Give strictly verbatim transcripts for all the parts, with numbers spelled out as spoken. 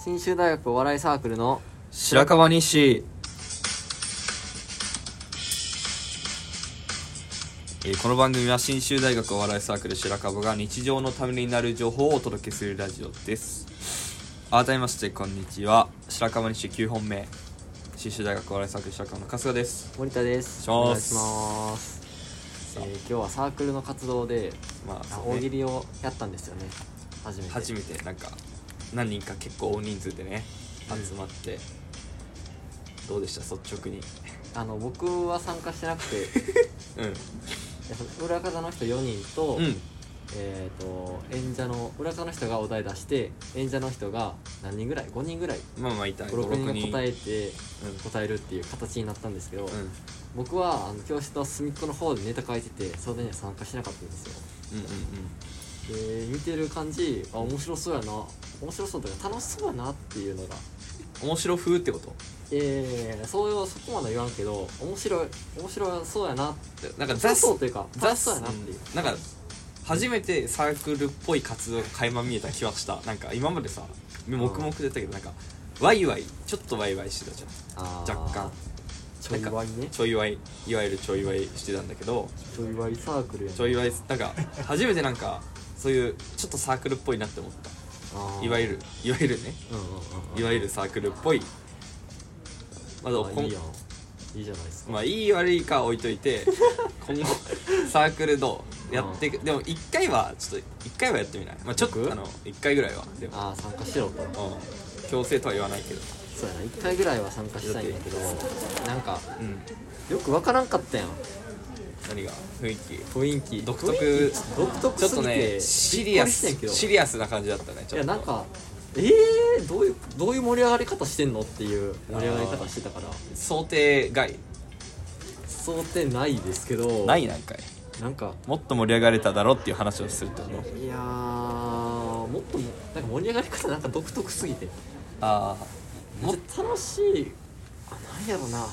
信州大学お笑いサークルの白樺西、えー、この番組は信州大学お笑いサークル白樺が日常のためになる情報をお届けするラジオです。改めましてこんにちは。白樺西きゅうほんめ信州大学お笑いサークル白樺の春日です。 森田です。お願いします。えー、今日はサークルの活動で、まあね、大喜利をやったんですよね。初めて初めてなんか何人か結構大人数でね集まって、うん、どうでした率直に。 あの僕は参加してなくてうん裏方の人よにんと、うん、えーと演者の裏方の人がお題出して演者の人が何人ぐらいごにんぐらいまあまあいたご、ろくにんが答えて、うん、答えるっていう形になったんですけど、うん、僕はあの教室の隅っこの方でネタ書いててそれには参加しなかったんですよ。うんうんうん、で見てる感じあ面白そうやな面白そうとか楽しそうやなっていうのが面白風ってこと？ えー、そうそこまで言わんけど面白い面白そうやなってなんかザそうというかザそうやなっていう、 うん、なんか初めてサークルっぽい活動が垣間見えた気はした。なんか今までさ黙々でやったけどなんかワイワイちょっとワイワイしてたじゃん。あ若干ちょいワイねちょいワイいわゆるちょいワイしてたんだけどちょいワイサークルや、ね、 ちょいワイなんか初めてなんかそういうちょっとサークルっぽいなって思った。いわゆるいわゆるね、うんうんうんうん、いわゆるサークルっぽいまだ、 まあ、いいやんいいじゃないですか。 まあいい悪いかは置いといて今後サークルどうやっていく。でもいっかいはちょっといっかいはやってみない？まあちょっとあのいっかいぐらいはでもああ参加しろと、うん、 強制とは言わないけどそうやないっかいぐらいは参加したいんだけどなんか、うん、よくわからんかったやん。 何が雰囲気雰囲気独特独特すぎてちょっとねシリアスシリアスな感じだったね。ちょっといやなんかえー、どういうどういう盛り上がり方してんのっていう盛り上がり方してたから想定外想定ないですけどないなんかいなんかもっと盛り上がれただろっていう話をするってこと？ いやーもっともなんか盛り上がり方なんか独特すぎてああもっと楽しいあなんやろなうん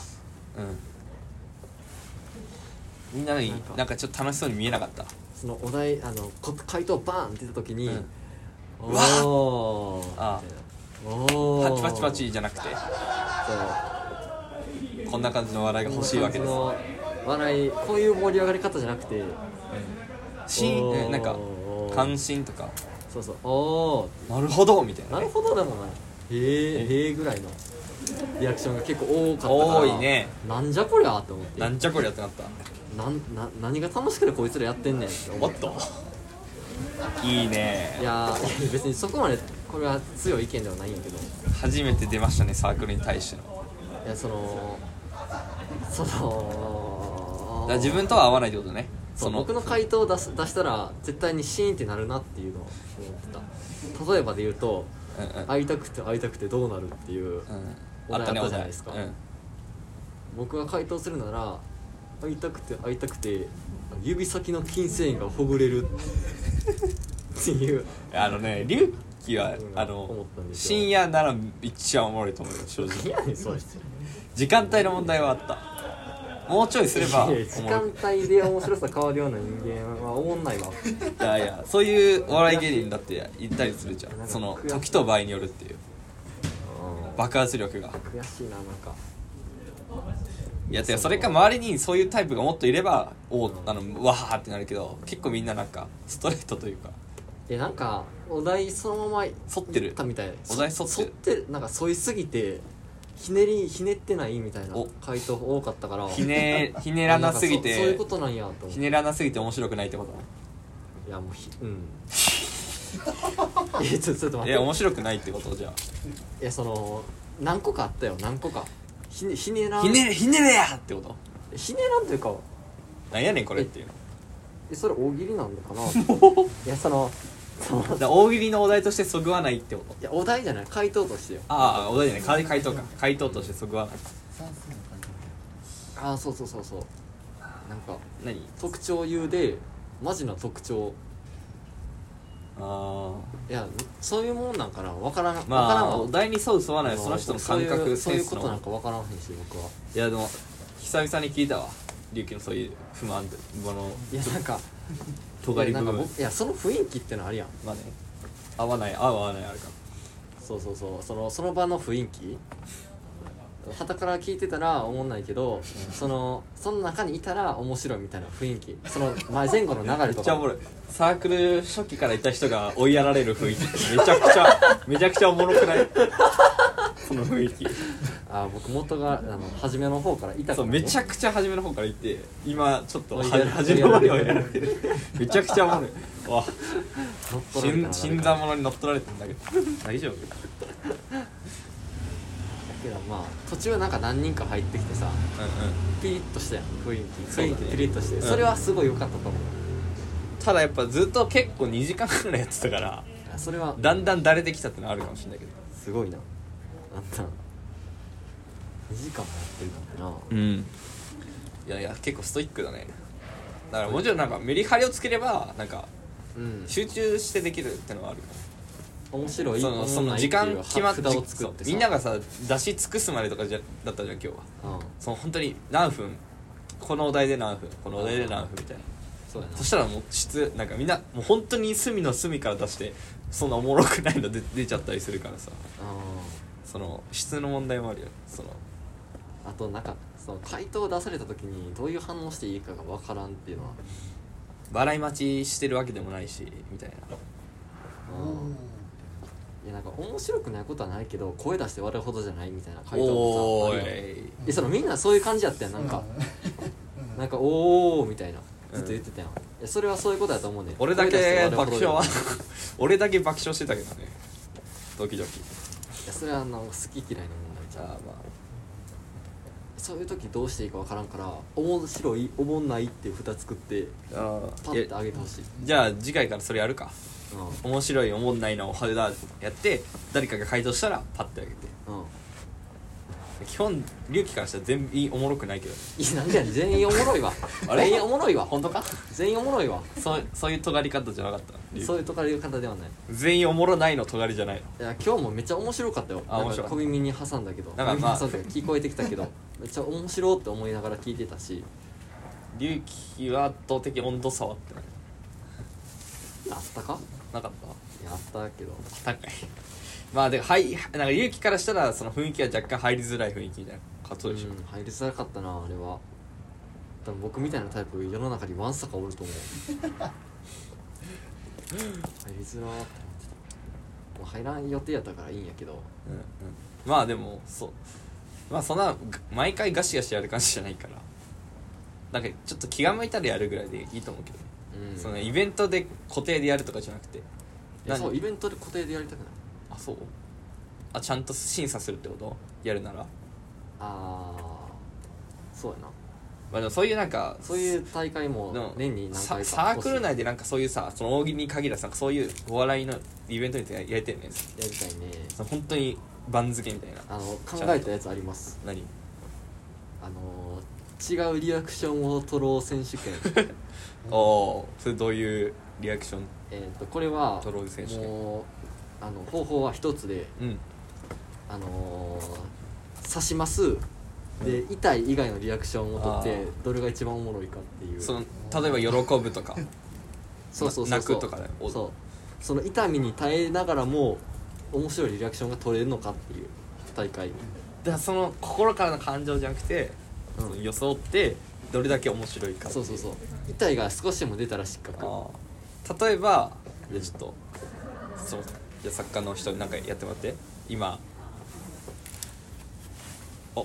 みんなになんかちょっと楽しそうに見えなかった？そのお題あの回答バーンって出た時に、うんうわーあおパチパチパチじゃなくてそうこんな感じの笑いが欲しいわけです。 笑いこういう盛り上がり方じゃなくて、うん、 しんなんか関心とかそうそうおーなるほどみたいな、 ね、なるほどでもないへえへえぐらいのリアクションが結構多かったから多いね。 なんじゃこりゃって思ってなんじゃこりゃってなったなんな何が楽しくてこいつらやってんねんって思った。 おっといいね。 いや別にそこまでこれは強い意見ではないんやけど初めて出ましたねサークルに対しての。 いやそのそのだ自分とは合わないってことね。 その僕の回答を出す出したら絶対にシーンってなるなっていうのを思ってた。例えばで言うと、うんうん、会いたくて会いたくてどうなるっていう、うん、お題あったじゃないですか、うん、僕が回答するなら会いたくて会いたくて指先の筋繊維がほぐれるっていうあのね龍騎は、うん、あの深夜なら一番おもろいと思うよ正直。いやそうです時間帯の問題はあった。もうちょいすればいや時間帯で面白さ変わるような人間は思んないわ。 いやいやそういうお笑い芸人だって言ったりするじゃん。その時と場合によるっていう爆発力が悔しいななんか。 いやそれか周りにそういうタイプがもっといればおあのわーってなるけど結構みんななんかストレートというかえなんかお題そのまま沿ってるたみたいお題沿ってる沿ってなんか沿いすぎてひねりひねってないみたいな回答多かったからひねひねらなすぎてそ, そういうことなんやと思って。 ひねらなすぎて面白くないってこと？ いやもうひうんいやちょっと待っていや面白くないってことじゃあいやその何個かあったよ何個かひねひねらんひねひねれやってこと？ ひねらんというかなんやねんこれっていうのえそれ大喜利なんのかな。いやそのそのだ大喜利のお題としてそぐわないってこと？ いやお題じゃない回答としてよ。 ああお題じゃない回答か回答としてそぐわない。 ああそうそうそうそうなんか何特徴言うでマジな特徴あいやそういうもんなんかな分からん、 まあ、 分からんわ。 お題に沿う沿わないその人の感覚そういうことなんか分からんへんし僕は。 いやでも久々に聞いたわ龍騎のそういう不満でものいやなんか尖り部分。 いやその雰囲気ってのあるやん。 まあね合わない合う合わないあるかそうそうそうそのその場の雰囲気傍から聞いてたら思んないけど、うん、そのその中にいたら面白いみたいな雰囲気その前前後の流れとかめっちゃおもろいサークル初期からいた人が追いやられる雰囲気めちゃくちゃめちゃくちゃおもろくないその雰囲気あ僕元があの初めの方からいたから、ね、 そうめちゃくちゃ初めの方からいて今ちょっと初めまで追いやられてるめちゃくちゃおもろいわ新参者に乗っ取られてんだけど大丈夫けどまあ途中なんか何人か入ってきてさ、うんうん、ピリッとしたやん雰囲気雰囲気ピリッとして そ,、ね、それはすごい良かったと思う、 うん、ただやっぱずっと結構にじかんくらいやってたからそれはだんだん慣れてきたってのはあるかもしれないけどすごいなあんたにじかんもやってるなんてなうんいやいや結構ストイックだねだからもちろんなんかメリハリをつければなんか集中してできるってのはあるよ面白いそのその時間決まってみんながさ出し尽くすまでとかじゃだったじゃん今日は、うん、その本当に何分このお題で何分このお題で何分みたいな そ, そしたらもう質なんかみんなもう本当に隅の隅から出してそんなおもろくないので出ちゃったりするからさその質の問題もあるよそのあとなんかその回答を出された時にどういう反応していいかが分からんっていうのは笑い待ちしてるわけでもないしみたいなうんいやなんか面白くないことはないけど声出して笑うほどじゃないみたいな回答もさあるよいそのみんなそういう感じやったやんなんかなんかおーみたいなずっと言ってたやん、うん、いやそれはそういうことだと思うね俺だけ爆笑は俺だけ爆笑してたけどねドキドキいやそれはあの好き嫌いの問題じゃあまあそういう時どうしていいかわからんから面白いおもんないっていう蓋作ってあパッてあげてほしいじゃあ次回からそれやるかうん、面白いおもんないのをやって誰かが回答したらパッてあげて、うん、基本龍騎からしたら全員おもろくないけどねいやなんでやねん全員おもろいわ全員おもろいわ本当か全員おもろいわそうそういう尖り方じゃなかったそういう尖り方ではない全員おもろないの尖りじゃないのいや今日もめっちゃ面白かったよあなんか小耳に挟んだけどなんか、まあ、聞こえてきたけどめっちゃ面白って思いながら聞いてたし龍騎は圧倒的温度差はあってないあったかなかったいやあったけど高いまあではいなんか勇気からしたらその雰囲気は若干入りづらい雰囲気みたいなことでしょ、うん、 入りづらかったなあれは多分僕みたいなタイプ世の中にわんさかおると思う入りづらーって思ってたもう入らん予定やったからいいんやけど、 うんうん、まあでもそうまあそんな毎回ガシガシやる感じじゃないからなんかちょっと気が向いたらやるぐらいでいいと思うけどねうん、そのイベントで固定でやるとかじゃなくてそうイベントで固定でやりたくないあそうあちゃんと審査するってことやるならああそうやなまあでもそういうなんかそういう大会も年に何回かサークル内でなんかそういうさその大喜利に限らずそういうお笑いのイベントにやりたいねやりたいねその本当に番付みたいなあの考えたやつあります何あの違うリアクションを取ろう選手権ああそれどういうリアクションえっ、ー、とこれは取ろう選手権もうあの方法は一つで、うん、あのー、刺しますで、うん、痛い以外のリアクションを取ってどれが一番おもろいかっていうその例えば喜ぶとかそうそうそうそう泣くとかねそうその痛みに耐えながらも面白いリアクションが取れるのかっていう大会だからその心からの感情じゃなくて、うん、装ってどれだけ面白いかっていうそうそうそう痛いが少しでも出たら失格例えばじゃあちょっとそうじゃあ作家の人に何かやってもらって今お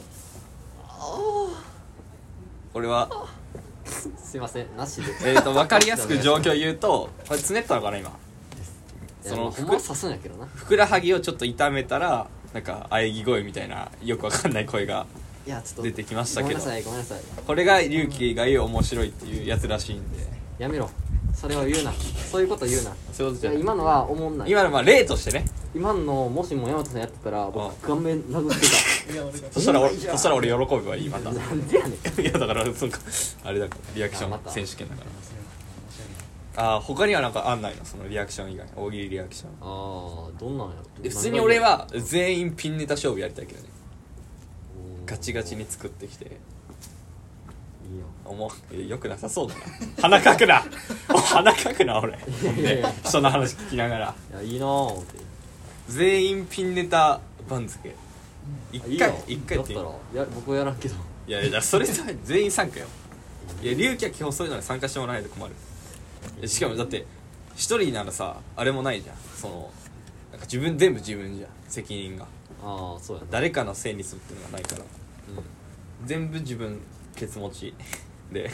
俺はすいませんなしでえーと分かりやすく状況を言うとこれつねったのかな今そのほんまは刺すんやけどなふくらはぎをちょっと痛めたらなんか喘ぎ声みたいなよくわかんない声が出てきましたけどごめんなさいごめんなさいこれが龍騎が言う面白いっていうやつらしいんでやめろそれは言うなそういうこと言うなそういうことじゃない今のは思んない今のまあ例としてね今のもしも山田さんやってたら僕顔面殴ってたそしたら俺そしたら俺喜べばいいまたなんでやねんいやだからそうかあれだからリアクション選手権だからあ他にはなんかあんないのそのリアクション以外大喜利リアクションああどんなんやろ普通に俺は全員ピンネタ勝負やりたいけどねガチガチに作ってきていいよ思うよくなさそうだな鼻かくな鼻かくな俺いやいやいや人の話聞きながらいやいいなぁって全員ピンネタ番付一回一回ってやったらいや僕はやらんけどいやいやそれさ全員参加よいや龍騎は基本そういうのに参加してもらわないと困るいやしかもだって一人ならさあれもないじゃんそのなんか自分全部自分じゃん責任がああそうやね誰かのせいにするっていうのがないからうん全部自分ケツ持ちで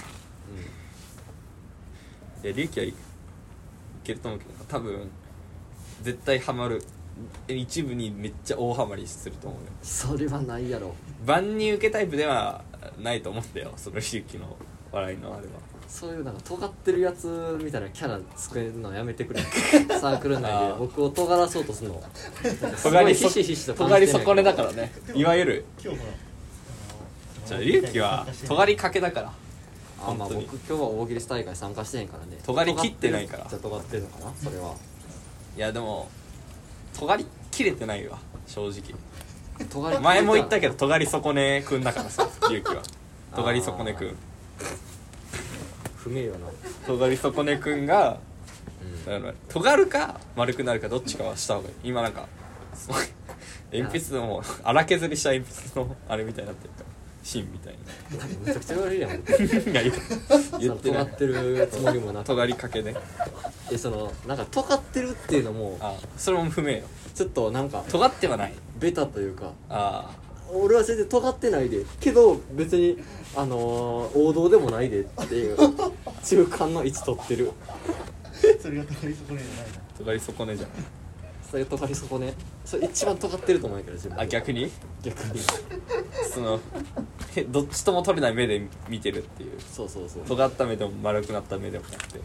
いや龍騎はいけると思うけど多分絶対ハマる一部にめっちゃ大ハマりすると思うよそれはないやろ万人受けタイプではないと思うんだよその龍騎の笑いのあれはそういうなんか尖ってるやつみたいなキャラ作るのやめてくれサークル内で僕を尖らそうとするの尖りすごいひしひしと感尖りじてんねんけど損ねだからねいわゆるじゃあ龍騎は尖りかけだからあまあ本当に僕今日は大喜利大会参加してへんからね尖り切ってないからじゃ尖ってるのかなそれはいやでも尖り切れてないわ正直尖り前も言ったけど尖り損ねくんだからさ龍騎は尖り損ねくん不明よな尖り損ねくんがうんだから尖るか丸くなるかどっちかはした方がいい今なんかそう鉛筆のもう荒削りした鉛筆のあれみたいになってるから芯みたいなんかめちゃくちゃ言われるやん僕ないや言ってない尖ってるつもりもなく尖りかけねえそのなんか尖ってるっていうのもあそれも不明よちょっとなんか尖ってはないベタというかあ俺は全然尖ってないでけど別にあのー、王道でもないでっていう中間の位置取ってるそれが尖り損ねじゃないなあ尖り損ねじゃんそれ尖りそこねそれ一番尖ってると思うんやけど自分あ逆に逆にそのへどっちとも取れない目で見てるっていうそうそうそう尖った目でも丸くなった目でもなくて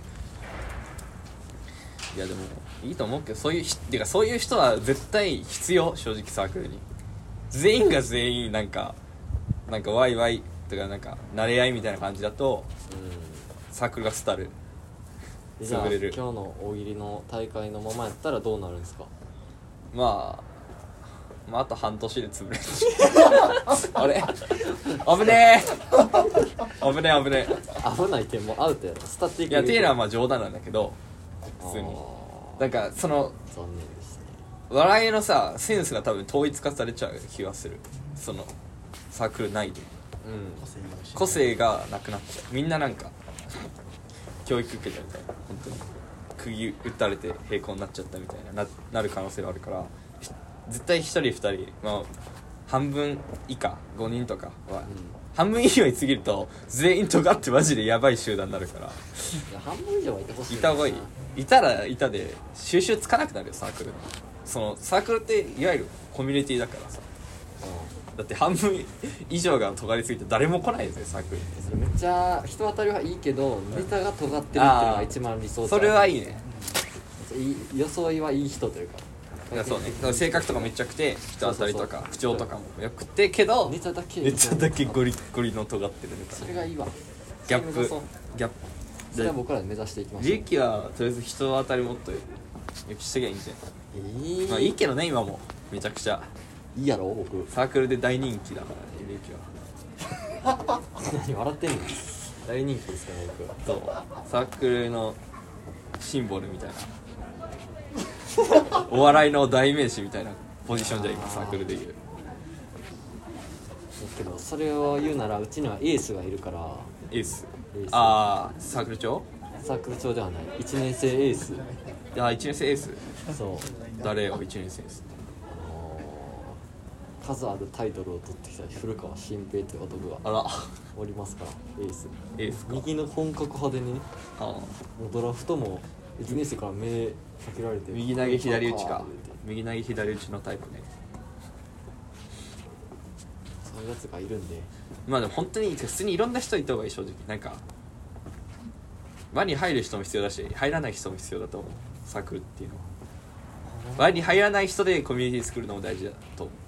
いやでもいいと思うけどそういうひっていうかそういう人は絶対必要正直サークルに全員が全員なんかなんかワイワイとかなんか慣れ合いみたいな感じだとサークルが廃るうんじゃあ潰れる今日の大喜利の大会のままやったらどうなるんですかまあまああと半年で潰れるあれ危ねえ危ねえ危ね危ない点もアウトやろスタティックえいやテイラーはまあ冗談なんだけど普通にあーなんかその残念ですね笑いのさセンスが多分統一化されちゃう気がするそのサークル内でうん個性がなくなっちゃうみんななんか教育受けたみたいな本当に釘打たれて平行になっちゃったみたいな な, なる可能性があるからひ絶対一人二人、まあ、半分以下ごにんとかは、半分以上に過ぎると全員尖ってマジでヤバい集団になるからいや半分以上はいてほしいいた方がいいいたらいたで収集つかなくなるよサークルそのサークルっていわゆるコミュニティだからさだって半分以上が尖りすぎて誰も来ないですよサークルそれめっちゃ人当たりはいいけどネタが尖ってるっていうのが一番理想それはいいねいい装いはいい人というかいやそうね性格とかめっちゃくて人当たりとか口調とかもよくてけどネタだけめっちゃだけゴリゴリの尖ってるネタそれがいいわギャップそれ目指そうギャップそれは僕らで目指していきましょう利益はとりあえず人当たりもっとよくしてきゃいいんじゃえない、 ーまあいいけどね今もめちゃくちゃいいやろ僕サークルで大人気だからね利益は何笑ってんの大人気ですから僕そうサークルのシンボルみたいなお笑いの代名詞みたいなポジションじゃ今サークルでいうけどそれを言うならうちにはエースがいるからエースエースああサークル長サークル長ではないいちねん生エースいやいちねん生エースそう誰よいちねん生エースあのー数あるタイトルを取ってきた古川新平という男があらおりますからエースエースか右の本格派でねあもうドラフトもいちねん生から目かけられて右投げ左打ちか言うて右投げ左打ちのタイプねそういうやつがいるんでまあでも本当に普通にいろんな人いた方がいい正直なんか輪に入る人も必要だし入らない人も必要だと思うサークルっていうのは輪に入らない人でコミュニティ作るのも大事だと思う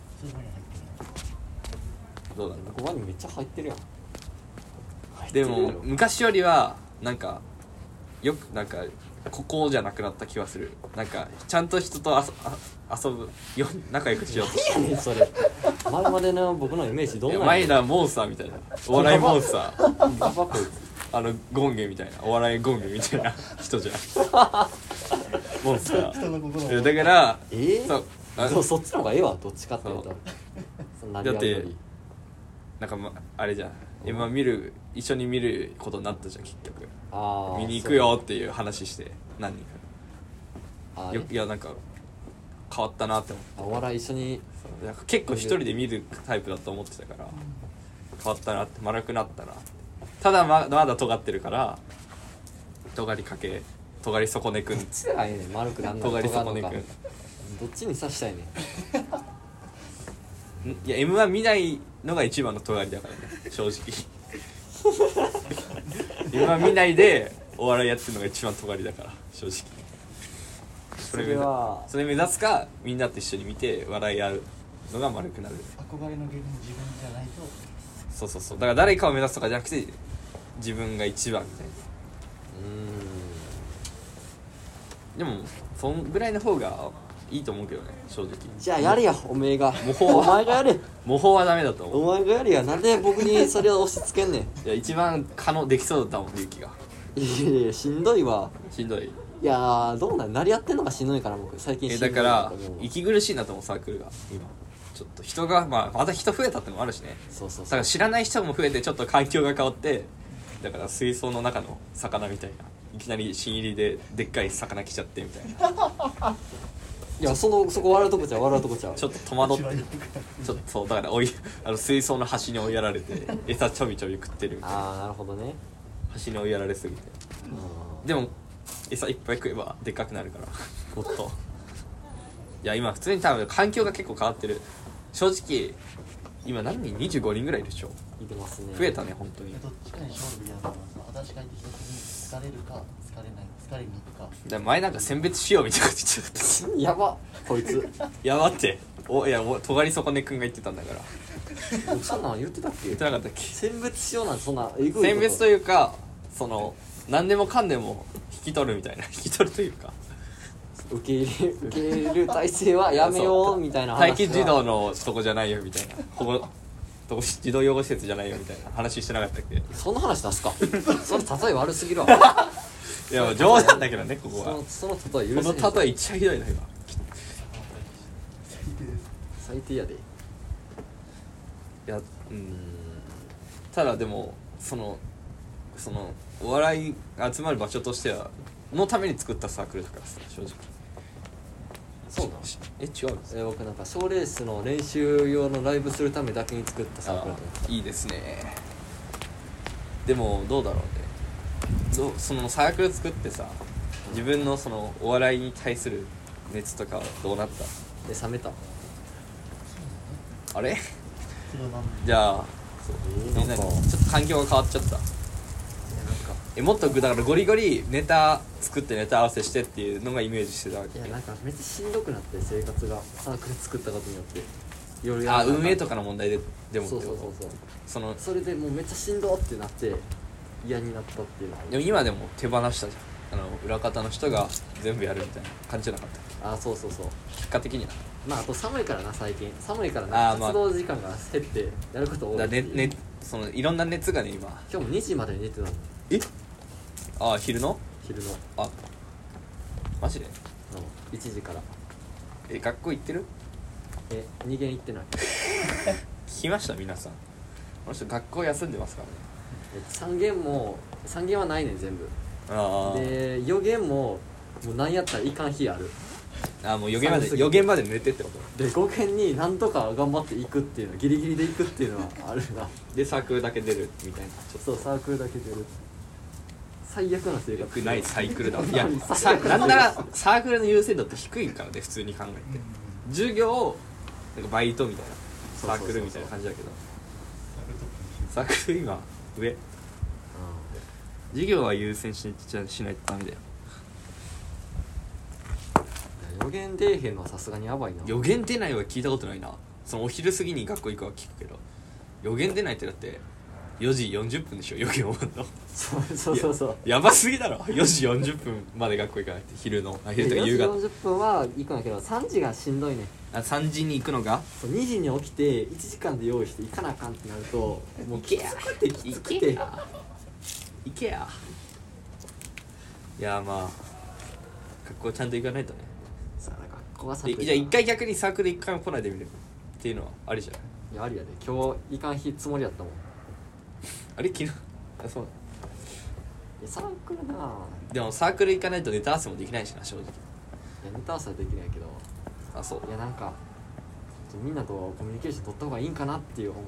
どうだろここにめっちゃ入ってるやんうでも昔よりはなんかよくなんかここじゃなくなった気はするなんかちゃんと人とあそあ遊ぶよ仲良くしようとして何やねんそれ前までの僕のイメージどんなんやマイナーモンスターみたいなお笑いモンスターやばこいつあのゴンゲみたいなお笑いゴンゲみたいな人じゃんモンスタ人の心をーだからえー、 そうあでもそっちの方がええわどっちかっていうとその成り合うよだってりなんか、ま、あれじゃん今見る一緒に見ることになったじゃん結局あー見に行くよっていう話して何人かあよいやなんか変わったなって思ってあお笑い一緒になんか結構一人で見るタイプだと思ってたから変わったなって丸くなったなってただ ま, まだ尖ってるから尖りかけ尖り損ねくんどっちがええねん丸くなんの尖り損ねくんどっちに刺したいねんいや エムワン 見ないのが一番の尖りだからね正直エムワン 見ないでお笑いやってるのが一番尖りだから正直それそれはそれ目指すかみんなと一緒に見て笑い合うのが丸くなる憧れの芸人自分じゃないとそうそうそうだから誰かを目指すとかじゃなくて自分が一番みたいなうでもそんぐらいの方がいいと思うけどね正直ーんじゃあやれやおめえが模倣お前がやれ模倣はダメだと思うお前がやれやなんで僕にそれを押し付けんねんいや一番可能できそうだったもん勇気がいやいやしんどいわしんどいいやーどうなん成り合ってんのがしんどいから僕最近しえんどいだからと思うわ息苦しいなと思うサークルが今ちょっと人がまあまた人増えたってのもあるしねそうそうそうだから知らない人も増えてちょっと環境が変わってだから水槽の中の魚みたいないきなり新入りででっかい魚来ちゃってみたいないやそのそこ笑うとこちゃう笑うとこちゃうちょっと戸惑って一番よくちょっとそうだから追いあの水槽の端に追いやられて餌ちょびちょび食ってるみたいなああなるほどね端に追いやられすぎてでも餌いっぱい食えばでっかくなるからもっといや今普通に多分環境が結構変わってる正直今何人にじゅうごにんぐらいいるでしょいてますね増えたね本当にどっちかに勝負やるのは新しく入ってきた時に疲れるか疲れない疲れに行くかだから前なんか選別しようみたいなこと言ってたかやばこいつらやばっておいやお尖り損ねくんが言ってたんだからそんなん言ってたっけ言ってなかったっけ選別しようなんてそんなえぐいこと選別というかその何でもかんでも引き取るみたいな引き取るというか受け入れ受け入れる体制はやめようみたいな話は待機児童のとこじゃないよみたいな保護とこ児童養護施設じゃないよみたいな話してなかったっけそんな話出すかその例え悪すぎるわいや冗談だけどねここはそのその例え許せへんこの例え一番ひどいな今最低やでいやうんただでもそのそのお笑いが集まる場所としてはのために作ったサークルだからさ正直そうなのえ違うえ僕なんか賞レースの練習用のライブするためだけに作ったサークルだと思ってあいいですねでもどうだろうねどうそのサークル作ってさ自分のそのお笑いに対する熱とかはどうなったで冷めたあれそれは何じゃあえみんなにちょっと環境が変わっちゃったなんかえもっとだからゴリゴリネタ作ってネタ合わせしてっていうのがイメージしてたわけいやなんかめっちゃしんどくなって生活がサークル作ったことによって夜やあらな運営とかの問題ででもってことそうそうそうそうそのそれでもうめっちゃしんどってなって嫌になったっていうのはでも今でも手放したじゃんあの裏方の人が全部やるみたいな感じじゃなかったあそうそうそう結果的にはまああと寒いからな最近寒いからなあーまあ活動時間が減ってやること多いだからねねそのいろんな熱がね今今日もにじまで寝てたのえああ昼の昼のあマジでいちじからえ学校行ってるえに限行ってない聞きました皆さんこの人学校休んでますからねえさん限もさん限はないねん全部ああでよ限ももう何やったらいかん日あるああもう予言ま寒すぎてで予言まで寝てってことでご限になんとか頑張っていくっていうのギリギリでいくっていうのはあるなでサークルだけ出るみたいなちょっそうサークルだけ出る最悪な生とよ活くないサイクルだわいや何さなんならサークルの優先度って低いからね普通に考えて授業なんかバイトみたいなサークルみたいな感じだけどサークル今上授業は優先ししないとダメだよ予言出えへんのはさすがにやばいな予言出ないは聞いたことないなそのお昼過ぎに学校行くは聞くけど予言出ないってだってよじよんじゅっぷんでしょ予言終わるのそうそうそうそうややばすぎだろよじよんじゅっぷんまで学校行かないって昼のあ昼とか 4時夕方よんじゅっぷんは行くんやけどさんじがしんどいねあさんじに行くのがそうにじに起きていちじかんで用意して行かなあかんってなるともうきつくてきつくて行けや行けやいやまあ学校ちゃんと行かないとねさあここがサークルじゃあ一回逆にサークル一回も来ないでみるっていうのはありじゃない？ いやありやで今日行かん日つもりやったもん。いあれ昨日あそうやサークルなぁ。 でもサークル行かないとネタ合わせもできないしな正直。 いやネタ合わせはできないけど、 あそういやなんかちょみんなとコミュニケーション取った方がいいんかなっていう思い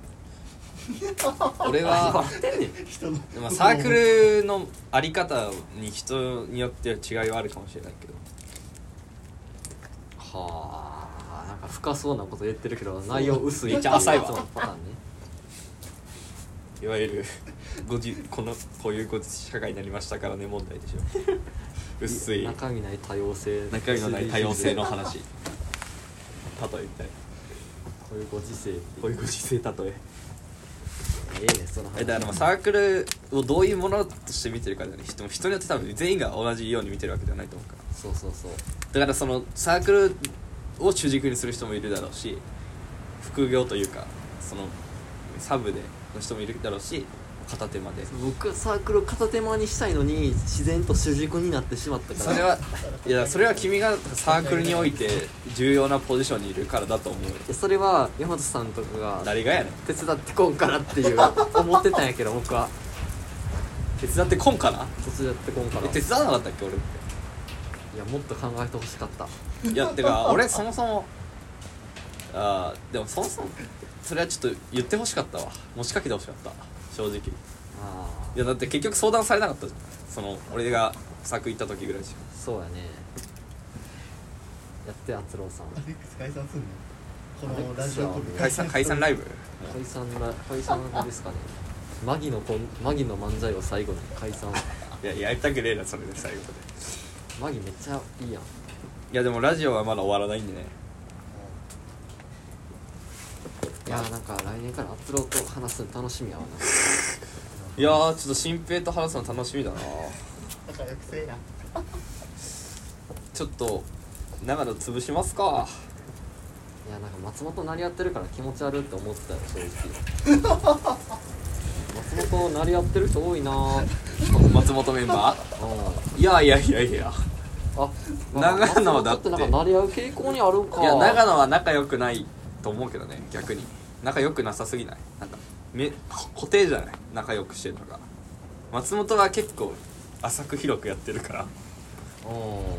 が。 俺は笑ってんねん。 人のまあサークルのあり方に人によっては違いはあるかもしれないけど、 はあなんか深そうなこと言ってるけど内容薄いめっちゃ浅いわつものパターンね。 いわゆるごじこのこういうご時社会になりましたからね問題でしょ薄い中身ない多様性中身のない多様性の話例えみたいな、 こういうご時世ってこういうご時世例えええねその話。 えだからまあサークルをどういうものとして見てるかだね。人も人によって多分全員が同じように見てるわけではないと思うからそうそうそう。 だからそのサークルを主軸にする人もいるだろうし、副業というかそのサブでの人もいるだろうし、片手間で僕はサークルを片手間にしたいのに自然と主軸になってしまったから。 それはいやそれは君がサークルにおいて重要なポジションにいるからだと思うよ。 でそれは山本さんとかが誰がやねん。 手伝ってこんからっていう思ってたんやけど僕は手伝ってこんかな。 手伝ってこんからえ手伝わなかったっけ俺っいやもっと考えてほしかった。 て。いやてか俺そもそもあーでもそもそもそれはちょっと言ってほしかったわ。持ちかけてほしかった正直。 あいやだって結局相談されなかったじゃん。その俺がサークル行った時ぐらいしか。 あそうやね。やってあつろうさんアレックス解散すんのこのラジオトーク解散解散ライブ解散ら解散ですかね。マギのこんマギの漫才を最後に解散。 いややりたくねえなそれで最後まで。 マギめっちゃいいやん。 いやでもラジオはまだ終わらないんでね。 いやーなんか来年からあつろうと話すの楽しみやわな。 いやーちょっと新平と話すの楽しみだな。 仲良くせえやちょっと長野潰しますか。 いやなんか松本なり合ってるから気持ち悪いって思ってたよ正直。松本なり合ってる人多いなー。 松本メンバーうんいやいやいやいやあ長野だって松本なんかなり合う傾向にあるんか。 いや長野は仲良くないと思うけどね。逆に仲良くなさすぎない？なんかめ固定じゃない仲良くしてるのが。松本は結構浅く広くやってるから。 うん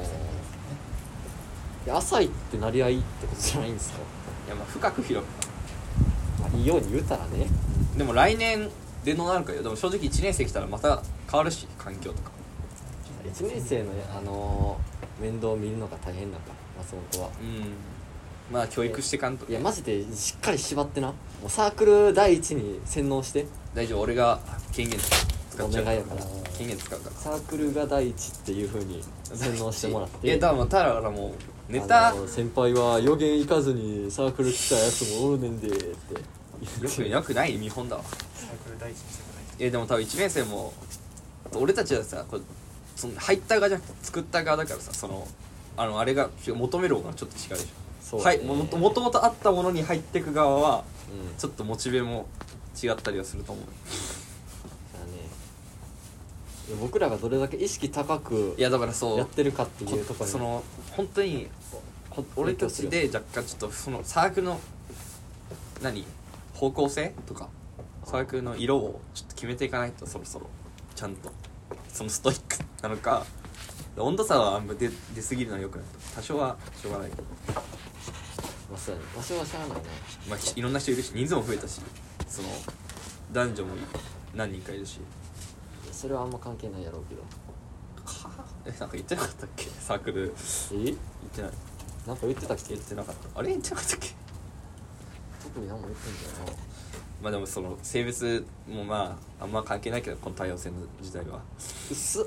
いや浅いってなり合いってことじゃないんですか。 いやまあ深く広く。 まあいいように言うたらね。 でも来年でどうなるかよ。でも正直いちねん生来たらまた変わるし環境とか。 いちねん生の、あのー、面倒を見るのが大変なんか松本は。 うんまあ教育してかんと。 いやマジでしっかり縛ってな。もうサークル第一に洗脳して。 大丈夫俺が権限使っちゃうお願いやから権限使うから。 サークルが第一っていう風に洗脳してもらって。 えだからただもうネタあの先輩は予言行かずにサークル来たやつもおるねんでってよくよくない見本だわ。 サークル第一にしてくれえでも多分いちねん生も俺たちはさこれその入った側じゃなくて作った側だからさ、そのあのあれが求める方がちょっと違うでしょ。 そうだねはいもともともとあったものに入っていく側はうんちょっとモチベも違ったりはすると思う。 だね。いや僕らがどれだけ意識高くいやだからそうやってるかっていうところにその本当にこ俺たちで若干ちょっとそのサークルの何方向性とかサークルの色をちょっと決めていかないとそろそろちゃんとそのストイックなのか温度差はあんま出出過ぎるのはよくないと多少はしょうがないけど、 まあそうやね場所はしゃあないな。 まあ、ひいろんな人いるし人数も増えたしその男女も何人かいるし。 それはあんま関係ないやろうけど。 はあえなんか言ってなかったっけサークルえ言ってないなんか言ってたっけ。 言ってなかったあれ言ってなかったっけ。 特に何も言ってんだよな。 まあでもその性別もまああんま関係ないけどこの多様性の時代はうっす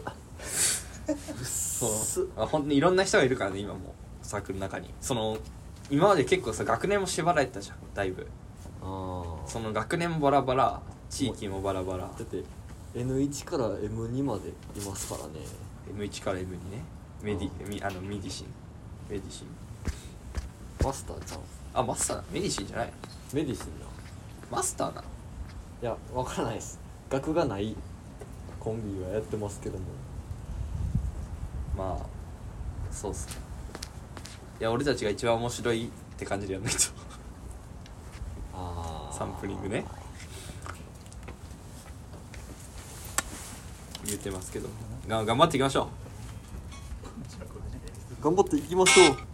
そうあ本当にいろんな人がいるからね今もサークルの中に。その今まで結構さ学年も縛られてたじゃんだいぶ。 ああその学年もバラバラ地域もバラバラだって エヌワン から エムツー までいますからね。 エムワン から エムツー ねメディミあのメディシンメディシンマスターちゃんあマスターメディシンじゃないメディシンだ。 マスターな。 いやわからないです。学がないコンビはやってますけども。 まあそうっすね。 いや俺たちが一番面白いって感じでやんないとあーサンプリングね言ってますけどが頑張っていきましょう頑張っていきましょう。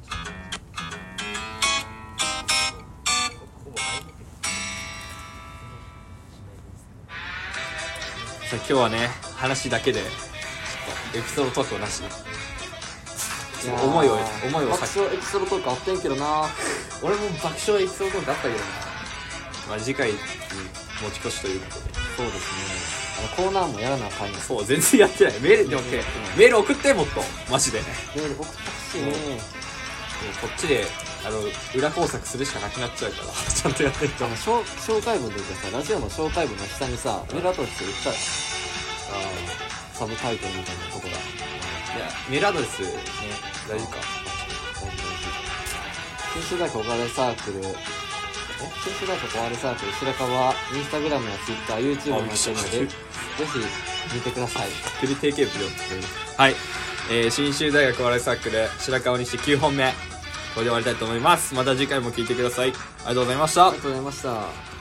さあ今日はね話だけでちょっとエピソードトークをなしでいやー思いを思いを爆さ笑エピソードトークあってんけどな。 俺も爆笑エピソードトークあったけどなまあ次回に持ち越しということでそうですね。あのコーナーもやらなあかんやん。 そう全然やってないメールでもってメール送ってもっとマジでメール送ってほしいね。 こっちであの裏工作するしかなくなっちゃうからちゃんとやってるとあの紹紹介文で言うとさ、ラジオの紹介文の下にさ、メールアドレス言ったらサブタイトルみたいなとこだ。 いやメールアドレスね大事か大事大事。新州大学お笑いサークル、え新州大学お笑いサークル白川はインスタグラムやツイッター、YouTube もやってるので、ぜひ見てください。 クリ定型部よはい、えー、新州大学お笑いサークル白川にしてきゅうほんめこれで終わりたいと思います。また次回も聞いてください。ありがとうございましたありがとうございました。